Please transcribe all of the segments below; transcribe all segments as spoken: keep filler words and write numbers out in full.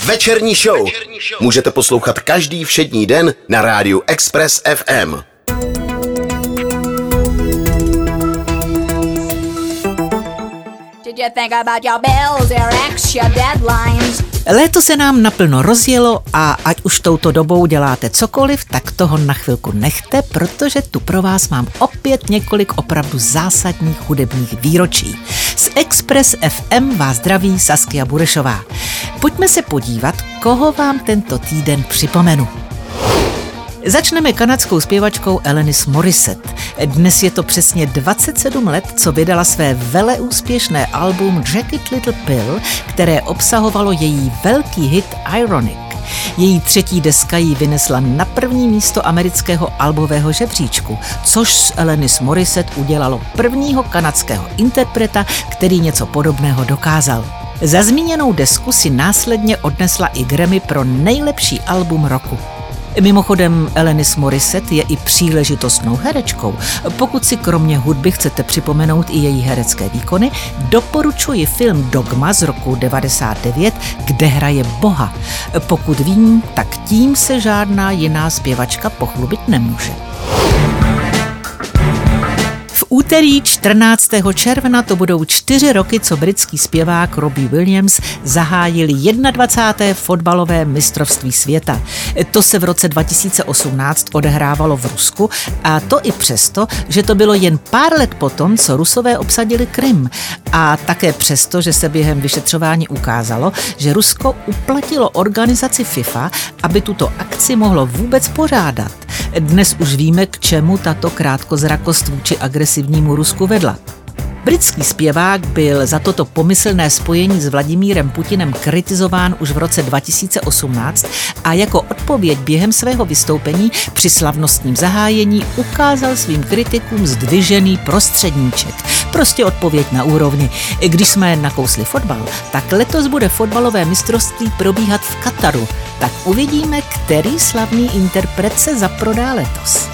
Večerní show můžete poslouchat každý všední den na rádiu Express F M. Did you think about your bills, your ex, your deadlines? Léto se nám naplno rozjelo a ať už touto dobou děláte cokoliv, tak toho na chvilku nechte, protože tu pro vás mám opět několik opravdu zásadních hudebních výročí. Z Express F M vás zdraví Saskia Burešová. Pojďme se podívat, koho vám tento týden připomenu. Začneme kanadskou zpěvačkou Alanis Morissette. Dnes je to přesně dvacet sedm let, co vydala své veleúspěšné album Jagged Little Pill, které obsahovalo její velký hit Ironic. Její třetí deska ji vynesla na první místo amerického albového žebříčku, což z Alanis Morissette udělalo prvního kanadského interpreta, který něco podobného dokázal. Za zmíněnou desku si následně odnesla i Grammy pro nejlepší album roku. Mimochodem, Alanis Morissette je i příležitostnou herečkou. Pokud si kromě hudby chcete připomenout i její herecké výkony, doporučuji film Dogma z roku devadesát devět, kde hraje Boha. Pokud vím, tak tím se žádná jiná zpěvačka pochlubit nemůže. V úterý čtrnáctého června to budou čtyři roky, co britský zpěvák Robbie Williams zahájil dvacáté první fotbalové mistrovství světa. To se v roce dva tisíce osmnáct odehrávalo v Rusku a to i přesto, že to bylo jen pár let potom, co Rusové obsadili Krym. A také přesto, že se během vyšetřování ukázalo, že Rusko uplatilo organizaci FIFA, aby tuto akci mohlo vůbec pořádat. Dnes už víme, k čemu tato krátkozrakost vůči agresivnímu Rusku vedla. Britský zpěvák byl za toto pomyslné spojení s Vladimírem Putinem kritizován už v roce dva tisíce osmnáct a jako odpověď během svého vystoupení při slavnostním zahájení ukázal svým kritikům zdvižený prostředníček. Prostě odpověď na úrovni. Když jsme nakousli fotbal, tak letos bude fotbalové mistrovství probíhat v Kataru. Tak uvidíme, který slavný interpret se zaprodá letos.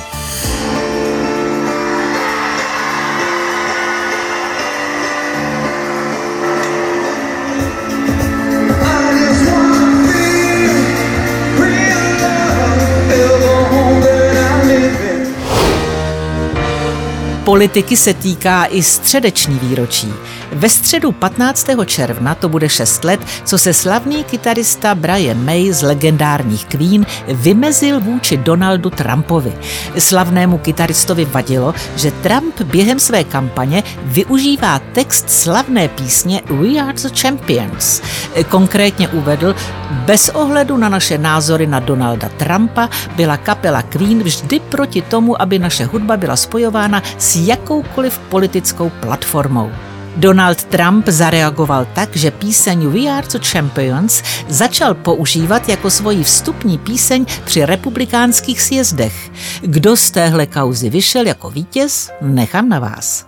Politiky se týká i středeční výročí. Ve středu patnáctého června to bude šest let, co se slavný kytarista Brian May z legendárních Queen vymezil vůči Donaldu Trumpovi. Slavnému kytaristovi vadilo, že Trump během své kampaně využívá text slavné písně We Are the Champions. Konkrétně uvedl, bez ohledu na naše názory na Donalda Trumpa byla kapela Queen vždy proti tomu, aby naše hudba byla spojována s jakoukoliv politickou platformou. Donald Trump zareagoval tak, že píseň We Are the Champions začal používat jako svoji vstupní píseň při republikánských sjezdech. Kdo z téhle kauzy vyšel jako vítěz, nechám na vás.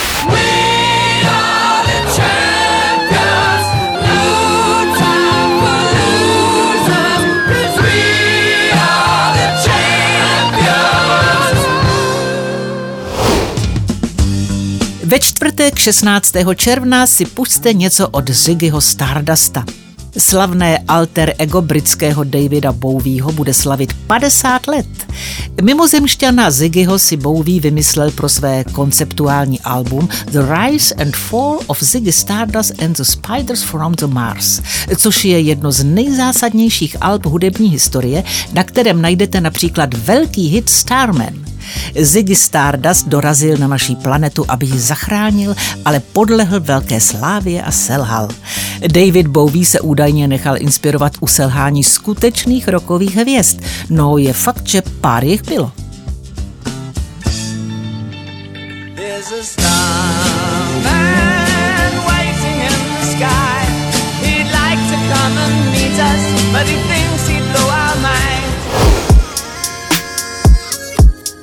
Ve čtvrtek šestnáctého června si pusťte něco od Ziggyho Stardusta. Slavné alter ego britského Davida Bowieho bude slavit padesát let. Mimozemšťana Ziggyho si Bowie vymyslel pro své konceptuální album The Rise and Fall of Ziggy Stardust and the Spiders from the Mars, což je jedno z nejzásadnějších alb hudební historie, na kterém najdete například velký hit Starman. Ziggy Stardust dorazil na naší planetu, aby ji zachránil, ale podlehl velké slávě a selhal. David Bowie se údajně nechal inspirovat u selhání skutečných rockových hvězd. No je fakt, že pár jich bylo.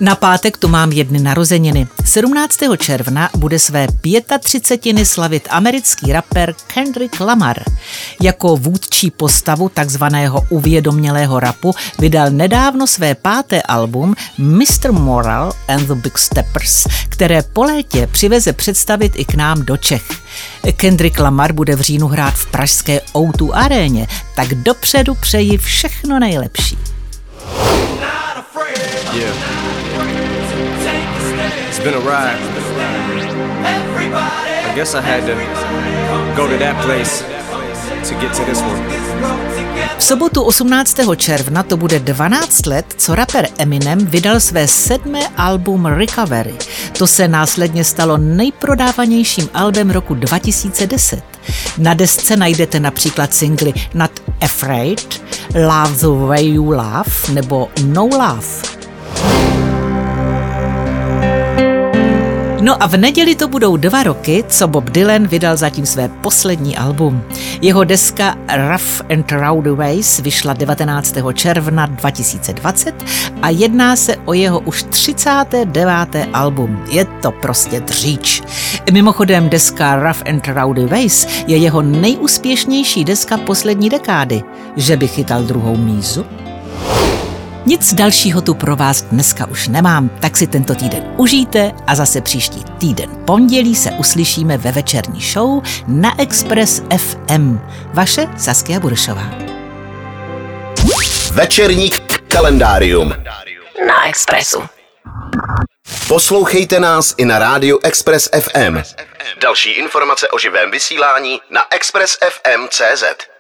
Na pátek tu mám jedny narozeniny. sedmnáctého června bude své třicetiny slavit americký rapper Kendrick Lamar. Jako vůdčí postavu takzvaného uvědomělého rapu vydal nedávno své páté album mister Moral and the Big Steppers, které po létě přiveze představit i k nám do Čech. Kendrick Lamar bude v říjnu hrát v pražské ó dva aréně, tak dopředu přeji všechno nejlepší. Yeah. It's been a ride. I guess I had to go to that place to get to this one. V sobotu osmnáctého června to bude dvanáct let, co rapper Eminem vydal své sedmé album Recovery. To se následně stalo nejprodávanějším albem roku dva tisíce deset. Na desce najdete například singly Not Afraid, Love the Way You Love nebo No Love. No a v neděli to budou dva roky, co Bob Dylan vydal zatím své poslední album. Jeho deska Rough and Rowdy Ways vyšla devatenáctého června dva tisíce dvacet a jedná se o jeho už třicáté deváté album. Je to prostě dříč. Mimochodem deska Rough and Rowdy Ways je jeho nejúspěšnější deska poslední dekády. Že by chytal druhou mízu? Nic dalšího tu pro vás dneska už nemám, tak si tento týden užijte a zase příští týden pondělí se uslyšíme ve večerní show na Express ef em. Vaše Saskia Buršová. Večerní kalendárium Na Expressu. Poslouchejte nás i na rádiu Express ef em. Další informace o živém vysílání na express ef em tečka cé zet.